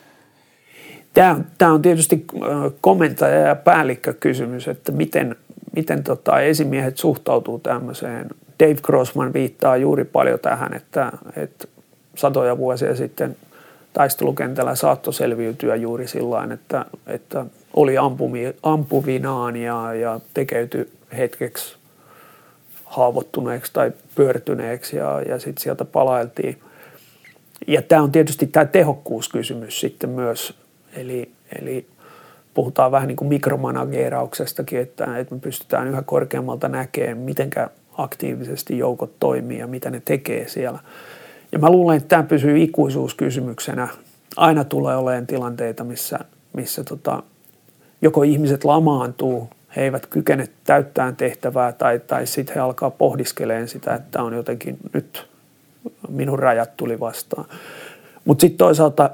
Tämä on tietysti komentaja- ja päällikkökysymys, että miten esimiehet suhtautuu tämmöiseen. Dave Grossman viittaa juuri paljon tähän, että satoja vuosia sitten taistelukentällä saattoi selviytyä juuri sillain, että oli ampuvinaan ja tekeytyi hetkeksi haavoittuneeksi tai pyörtyneeksi ja sitten sieltä palailtiin. Ja tämä on tietysti tämä tehokkuuskysymys sitten myös, eli puhutaan vähän niin kuin mikromanageerauksestakin, että me pystytään yhä korkeammalta näkemään, mitenkä aktiivisesti joukot toimii ja mitä ne tekee siellä. Ja mä luulen, että tämä pysyy ikuisuuskysymyksenä. Aina tulee olemaan tilanteita, missä joko ihmiset lamaantuu, he eivät kykene täyttämään tehtävää tai sitten he alkaa pohdiskelemaan sitä, että on jotenkin nyt minun rajat tuli vastaan. Mutta sitten toisaalta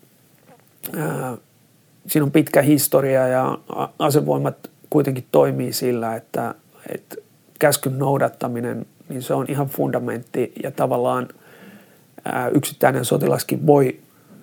siinä on pitkä historia ja asevoimat kuitenkin toimii sillä, että käskyn noudattaminen, niin se on ihan fundamentti ja tavallaan yksittäinen sotilaskin voi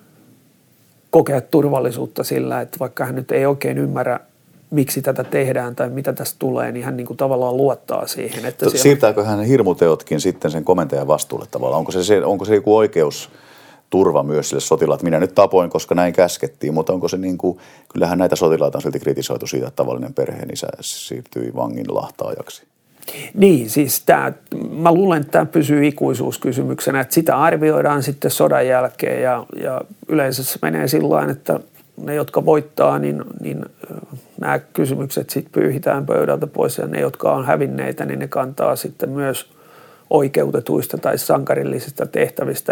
kokea turvallisuutta sillä, että vaikka hän nyt ei oikein ymmärrä, miksi tätä tehdään tai mitä tästä tulee, niin hän niin kuin tavallaan luottaa siihen. Että siirtääkö hän hirmuteotkin sitten sen komentajan vastuulle tavallaan? Onko se joku oikeusturva myös sille sotilaalle, että minä nyt tapoin, koska näin käskettiin, mutta onko se niin kuin, kyllähän näitä sotilaita on silti kritisoitu siitä, että tavallinen perheenisä siirtyi vangin lahtaajaksi. Niin, siis mä luulen, että tämä pysyy ikuisuuskysymyksenä, että sitä arvioidaan sitten sodan jälkeen ja yleensä se menee sillain, että ne, jotka voittaa, niin nämä kysymykset sitten pyyhitään pöydältä pois ja ne, jotka on hävinneitä, niin ne kantaa sitten myös oikeutetuista tai sankarillisista tehtävistä.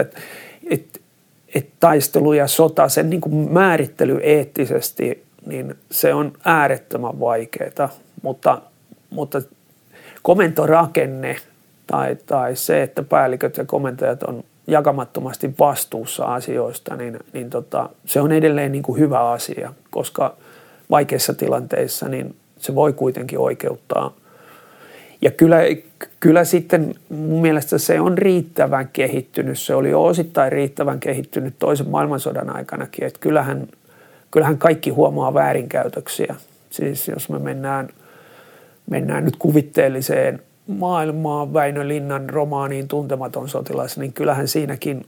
Et taistelu ja sota, sen niin kuin määrittely eettisesti, niin se on äärettömän vaikeaa, mutta komentorakenne tai se, että päälliköt ja komentajat on jakamattomasti vastuussa asioista, niin se on edelleen niin kuin hyvä asia, koska vaikeissa tilanteissa niin se voi kuitenkin oikeuttaa. Ja kyllä sitten mun mielestä se on riittävän kehittynyt. Se oli jo osittain riittävän kehittynyt toisen maailmansodan aikanakin, että kyllähän kaikki huomaa väärinkäytöksiä. Siis jos me mennään nyt kuvitteelliseen maailmaan, Väinö Linnan romaaniin Tuntematon sotilas, niin kyllähän siinäkin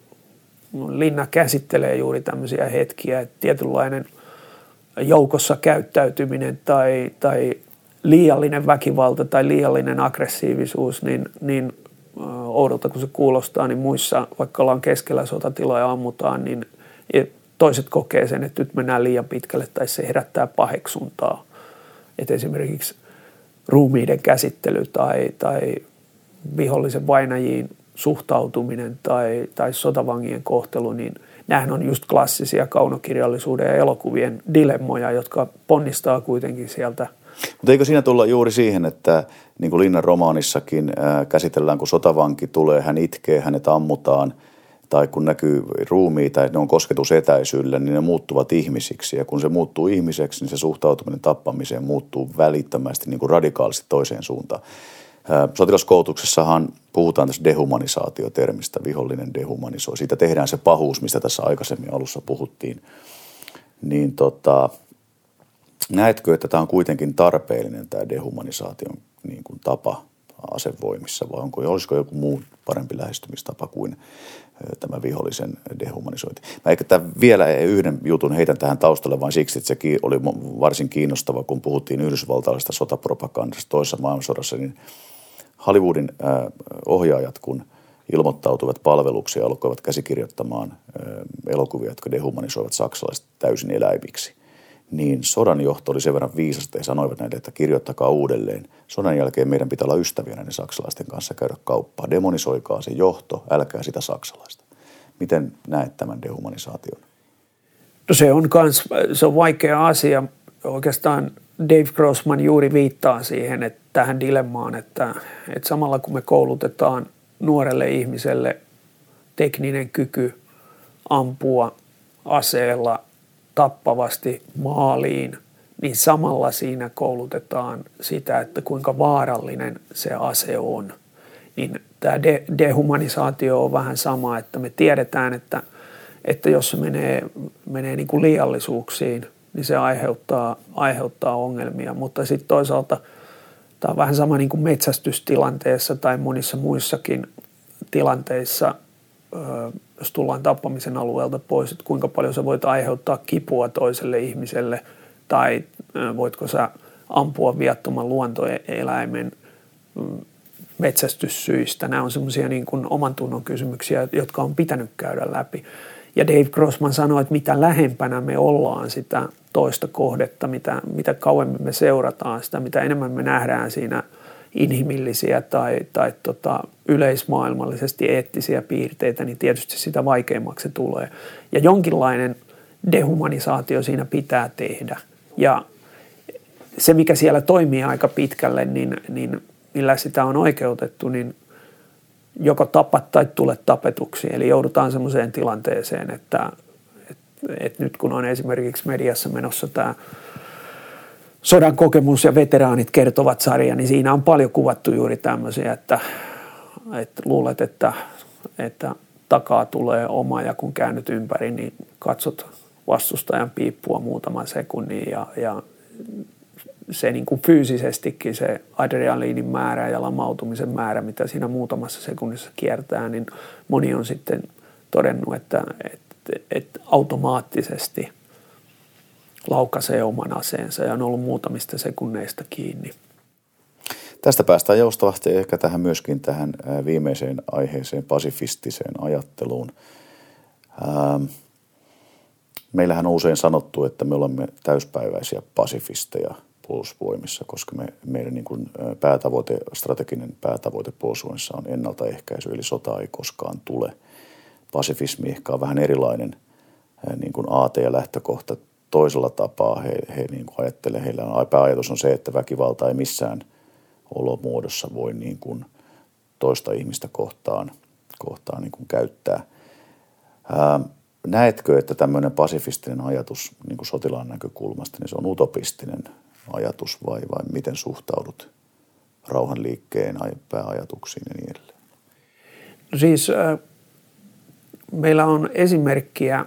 Linna käsittelee juuri tämmöisiä hetkiä, että tietynlainen joukossa käyttäytyminen tai liiallinen väkivalta tai liiallinen aggressiivisuus, niin oudolta kun se kuulostaa, niin muissa, vaikka ollaan keskellä sotatilaa ja ammutaan, niin toiset kokee sen, että nyt mennään liian pitkälle tai se herättää paheksuntaa. Että esimerkiksi ruumiiden käsittely tai vihollisen vainajiin suhtautuminen tai sotavangien kohtelu, niin nämähän on just klassisia kaunokirjallisuuden ja elokuvien dilemmoja, jotka ponnistaa kuitenkin sieltä. Mutta eikö siinä tulla juuri siihen, että niin kuin Linnan romaanissakin käsitellään, kun sotavanki tulee, hän itkee, hänet ammutaan, tai kun näkyy ruumiita, ne on kosketusetäisyydellä, niin ne muuttuvat ihmisiksi. Ja kun se muuttuu ihmiseksi, niin se suhtautuminen tappamiseen muuttuu välittömästi niin kuin radikaalisti toiseen suuntaan. Sotilaskoulutuksessahan puhutaan tästä dehumanisaatiotermistä, vihollinen dehumanisoi. Siitä tehdään se pahuus, mistä tässä aikaisemmin alussa puhuttiin. Niin näetkö, että tämä on kuitenkin tarpeellinen tämä dehumanisaation niin kuin tapa asevoimissa, vai olisiko joku muu parempi lähestymistapa kuin tämä vihollisen dehumanisointi? Mä ehkä vielä yhden jutun heitän tähän taustalle vain siksi, että sekin oli varsin kiinnostava, kun puhuttiin yhdysvaltalaisesta sotapropagandasta toisessa maailmansodassa, niin Hollywoodin ohjaajat, kun ilmoittautuivat palveluksi ja alkoivat käsikirjoittamaan elokuvia, jotka dehumanisoivat saksalaiset täysin eläimiksi, niin sodan johto oli sen verran viisasta ja sanoivat näille, että kirjoittakaa uudelleen. Sodan jälkeen meidän pitää olla ystäviä näiden saksalaisten kanssa käydä kauppaa. Demonisoikaa se johto, älkää sitä saksalaista. Miten näet tämän dehumanisaation? No se on vaikea asia. Oikeastaan Dave Grossman juuri viittaa siihen, että tähän dilemmaan, että samalla kun me koulutetaan nuorelle ihmiselle tekninen kyky ampua aseella tappavasti maaliin, niin samalla siinä koulutetaan sitä, että kuinka vaarallinen se ase on. Niin tämä dehumanisaatio on vähän sama, että me tiedetään, että jos se menee niin kuin liiallisuuksiin, niin se aiheuttaa ongelmia. Mutta sitten toisaalta tämä on vähän sama niin kuin metsästystilanteessa tai monissa muissakin tilanteissa, jos tullaan tappamisen alueelta pois, että kuinka paljon sä voit aiheuttaa kipua toiselle ihmiselle tai voitko sä ampua viattoman luontoeläimen metsästyssyistä. Nämä on semmoisia niin kuin oman tunnon kysymyksiä, jotka on pitänyt käydä läpi. Ja Dave Grossman sanoi, että mitä lähempänä me ollaan sitä toista kohdetta, mitä kauemmin me seurataan sitä, mitä enemmän me nähdään siinä inhimillisiä tai yleismaailmallisesti eettisiä piirteitä, niin tietysti sitä vaikeammaksi se tulee. Ja jonkinlainen dehumanisaatio siinä pitää tehdä. Ja se, mikä siellä toimii aika pitkälle, niin millä sitä on oikeutettu, niin joko tapat tai tule tapetuksi. Eli joudutaan semmoiseen tilanteeseen, että nyt kun on esimerkiksi mediassa menossa tämä sodan kokemus ja veteraanit kertovat sarja, niin siinä on paljon kuvattu juuri tämmöisiä, että luulet, että takaa tulee oma ja kun käännyt ympäri, niin katsot vastustajan piippua muutaman sekunnin ja se niin kuin fyysisestikin se adrenaliinin määrä ja lamautumisen määrä, mitä siinä muutamassa sekunnissa kiertää, niin moni on sitten todennut, että automaattisesti laukaisee oman aseensa ja on ollut muutamista sekunneista kiinni. Tästä päästään joustavasti ehkä myöskin tähän viimeiseen aiheeseen, pasifistiseen ajatteluun. Meillähän on usein sanottu, että me olemme täyspäiväisiä pasifisteja puolustusvoimissa, koska meidän niin kuin strateginen päätavoite puolustusvoimissa on ennaltaehkäisy, eli sota ei koskaan tule. Pasifismi ehkä on vähän erilainen niin kuin aate ja lähtökohta toisella tapaa. He niin kuin ajattelee, heillä on pääajatus on se, että väkivalta ei missään olomuodossa voi niin kuin toista ihmistä kohtaan niin kuin käyttää. Näetkö, että tämmöinen pasifistinen ajatus niin kuin sotilaan näkökulmasta, niin se on utopistinen ajatus vai miten suhtaudut rauhanliikkeen pääajatuksiin ja niin edelleen? No siis meillä on esimerkkiä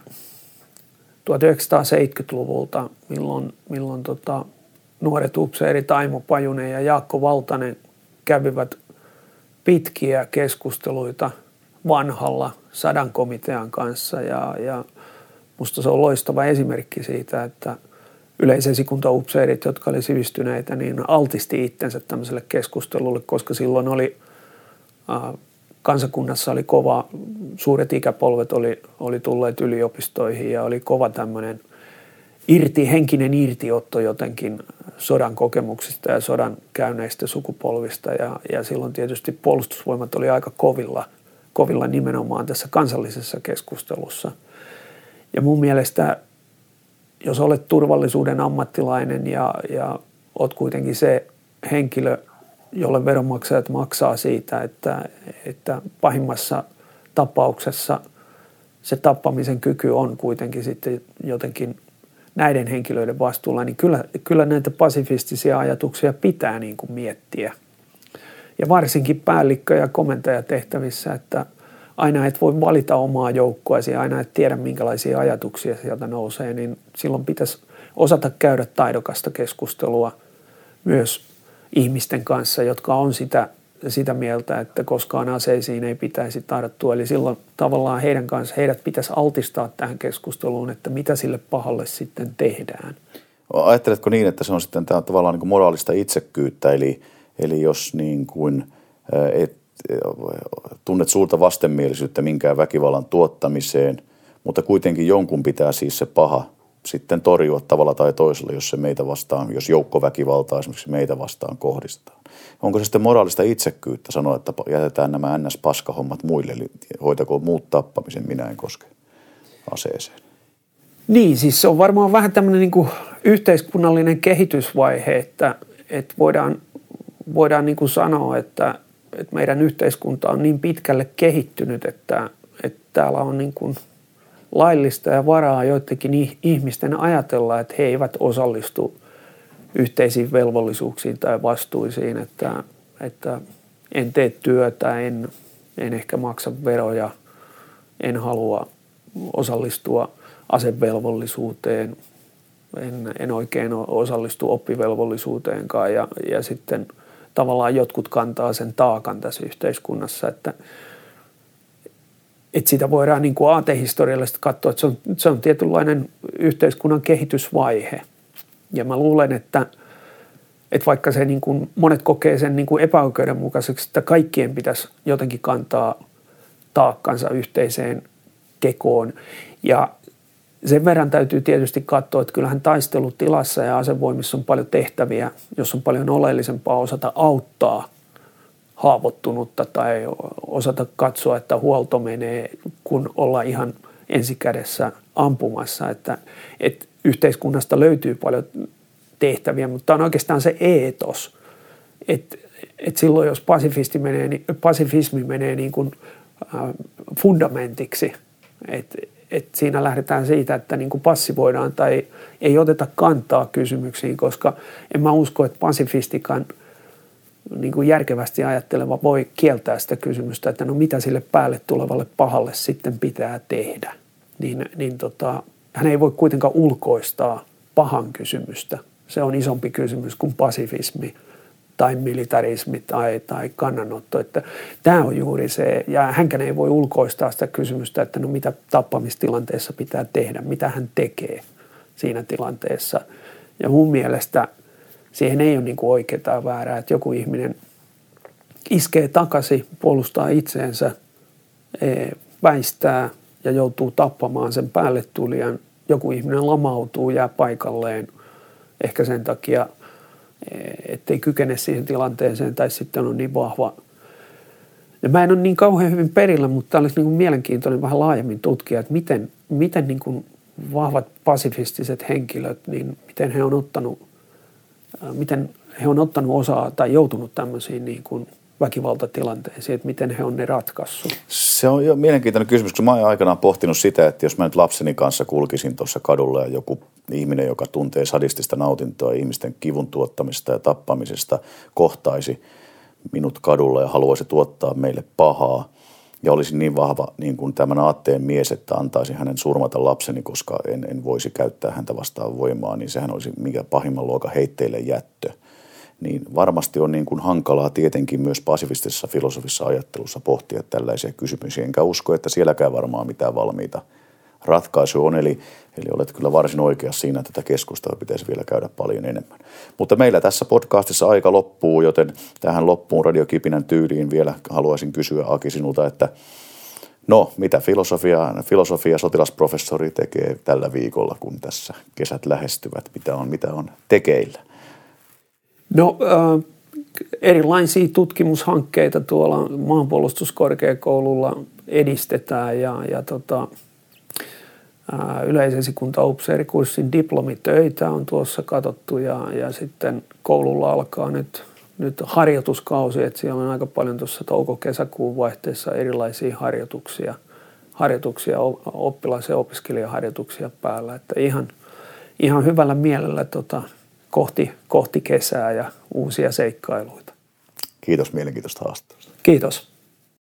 1970-luvulta, milloin nuoret upseerit Aimo Pajunen ja Jaakko Valtanen kävivät pitkiä keskusteluita vanhalla Sadan komitean kanssa ja musta se on loistava esimerkki siitä, että yleisesikuntaupseerit, jotka oli sivistyneitä, niin altisti itsensä tämmöiselle keskustelulle, koska silloin oli kansakunnassa oli kova, suuret ikäpolvet oli tulleet yliopistoihin ja oli kova tämmöinen henkinen irtiotto jotenkin sodan kokemuksista ja sodan käyneistä sukupolvista ja silloin tietysti puolustusvoimat oli aika kovilla nimenomaan tässä kansallisessa keskustelussa. Ja mun mielestä, jos olet turvallisuuden ammattilainen ja olet kuitenkin se henkilö, jolle veronmaksajat maksaa siitä, että pahimmassa tapauksessa se tappamisen kyky on kuitenkin sitten jotenkin näiden henkilöiden vastuulla, niin kyllä näitä pasifistisia ajatuksia pitää niin kuin miettiä. Ja varsinkin päällikkö- ja komentajatehtävissä, että aina et voi valita omaa joukkueesi, aina et tiedä minkälaisia ajatuksia sieltä nousee, niin silloin pitäisi osata käydä taidokasta keskustelua myös ihmisten kanssa, jotka on sitä mieltä, että koskaan aseisiin ei pitäisi tarttua. Eli silloin tavallaan heidät pitäisi altistaa tähän keskusteluun, että mitä sille pahalle sitten tehdään. Ajatteletko niin, että se on sitten tavallaan niin kuin moraalista itsekkyyttä, eli jos niin kuin, tunnet suurta vastenmielisyyttä minkään väkivallan tuottamiseen, mutta kuitenkin jonkun pitää siis se paha sitten torjua tavalla tai toisella, jos se meitä vastaan, jos joukkoväkivaltaa esimerkiksi meitä vastaan kohdistetaan. Onko se sitten moraalista itsekkyyttä sanoa, että jätetään nämä NS-paskahommat muille, eli hoitako muut tappamisen, minä en koske aseeseen? Niin, siis se on varmaan vähän tämmöinen niin kuin yhteiskunnallinen kehitysvaihe, että voidaan niin kuin sanoa, että meidän yhteiskunta on niin pitkälle kehittynyt, että täällä on niin kuin laillista ja varaa joidenkin ihmisten ajatella, että he eivät osallistu yhteisiin velvollisuuksiin tai vastuisiin, että en tee työtä, en ehkä maksa veroja, en halua osallistua asevelvollisuuteen, en oikein osallistu oppivelvollisuuteenkaan ja sitten tavallaan jotkut kantaa sen taakan tässä yhteiskunnassa, että sitä voidaan niin kuin aatehistoriallisesti katsoa, että se on tietynlainen yhteiskunnan kehitysvaihe. Ja mä luulen, että Että vaikka se niin kuin, monet kokee sen niin kuin epäoikeudenmukaiseksi, että kaikkien pitäisi jotenkin kantaa taakkansa yhteiseen kekoon. Ja sen verran täytyy tietysti katsoa, että kyllähän taistelutilassa ja asevoimissa on paljon tehtäviä, jos on paljon oleellisempaa osata auttaa haavoittunutta tai osata katsoa, että huolto menee, kun olla ihan ensikädessä ampumassa. Että yhteiskunnasta löytyy paljon tehtäviä, mutta on oikeastaan se eetos, että silloin jos pasifismi menee niin kuin fundamentiksi, että siinä lähdetään siitä, että niin kuin passivoidaan tai ei oteta kantaa kysymyksiin, koska en mä usko, että pasifistikan niin kuin järkevästi ajatteleva voi kieltää sitä kysymystä, että no mitä sille päälle tulevalle pahalle sitten pitää tehdä. Hän ei voi kuitenkaan ulkoistaa pahan kysymystä. Se on isompi kysymys kuin pasifismi tai militarismi tai kannanotto. Että tämä on juuri se, ja hänkään ei voi ulkoistaa sitä kysymystä, että no mitä tappamistilanteessa pitää tehdä, mitä hän tekee siinä tilanteessa. Ja mun mielestä siihen ei ole niin kuin oikeaa tai väärää, että joku ihminen iskee takaisin, puolustaa itseensä, väistää ja joutuu tappamaan sen päälle tulijan. Joku ihminen lamautuu, jää paikalleen ehkä sen takia, ettei kykene siihen tilanteeseen tai sitten on niin vahva. Ja mä en ole niin kauhean hyvin perillä, mutta tämä olisi niin kuin mielenkiintoinen vähän laajemmin tutkia, että miten niin kuin vahvat pasifistiset henkilöt, niin miten he on ottanut osaa tai joutunut tämmöisiin niin kuin väkivaltatilanteisiin, että miten he on ne ratkaissut. Se on jo mielenkiintoinen kysymys, koska mä oon aikanaan pohtinut sitä, että jos mä nyt lapseni kanssa kulkisin tuossa kadulla ja joku ihminen, joka tuntee sadistista nautintoa ihmisten kivun tuottamista ja tappamisesta, kohtaisi minut kadulla ja haluaisi tuottaa meille pahaa ja olisi niin vahva niin kuin tämän aatteen mies, että antaisi hänen surmata lapseni, koska en voisi käyttää häntä vastaan voimaa, niin sehän olisi mikä pahimman luokan heitteille jättö. Niin varmasti on niin kuin hankalaa tietenkin myös pasifistisessa filosofisessa ajattelussa pohtia tällaisia kysymyksiä. Enkä usko, että sielläkään varmaan mitään valmiita ratkaisuja on. Eli olet kyllä varsin oikeassa siinä, että tätä keskustelua pitäisi vielä käydä paljon enemmän. Mutta meillä tässä podcastissa aika loppuu, joten tähän loppuun Radiokipinän tyyliin vielä haluaisin kysyä Aki sinulta, että no mitä filosofia sotilasprofessori tekee tällä viikolla, kun tässä kesät lähestyvät? Mitä on tekeillä? No erilaisia tutkimushankkeita tuolla maanpuolustuskorkeakoululla edistetään ja yleisesikuntaupseerikurssin diplomitöitä on tuossa katsottu ja sitten koululla alkaa nyt harjoituskausi, että siellä on aika paljon tuossa touko-kesäkuun vaihteessa erilaisia harjoituksia oppilas- ja opiskelijaharjoituksia päällä, että ihan hyvällä mielellä kohti kesää ja uusia seikkailuita. Kiitos mielenkiintoista haastattelusta. Kiitos.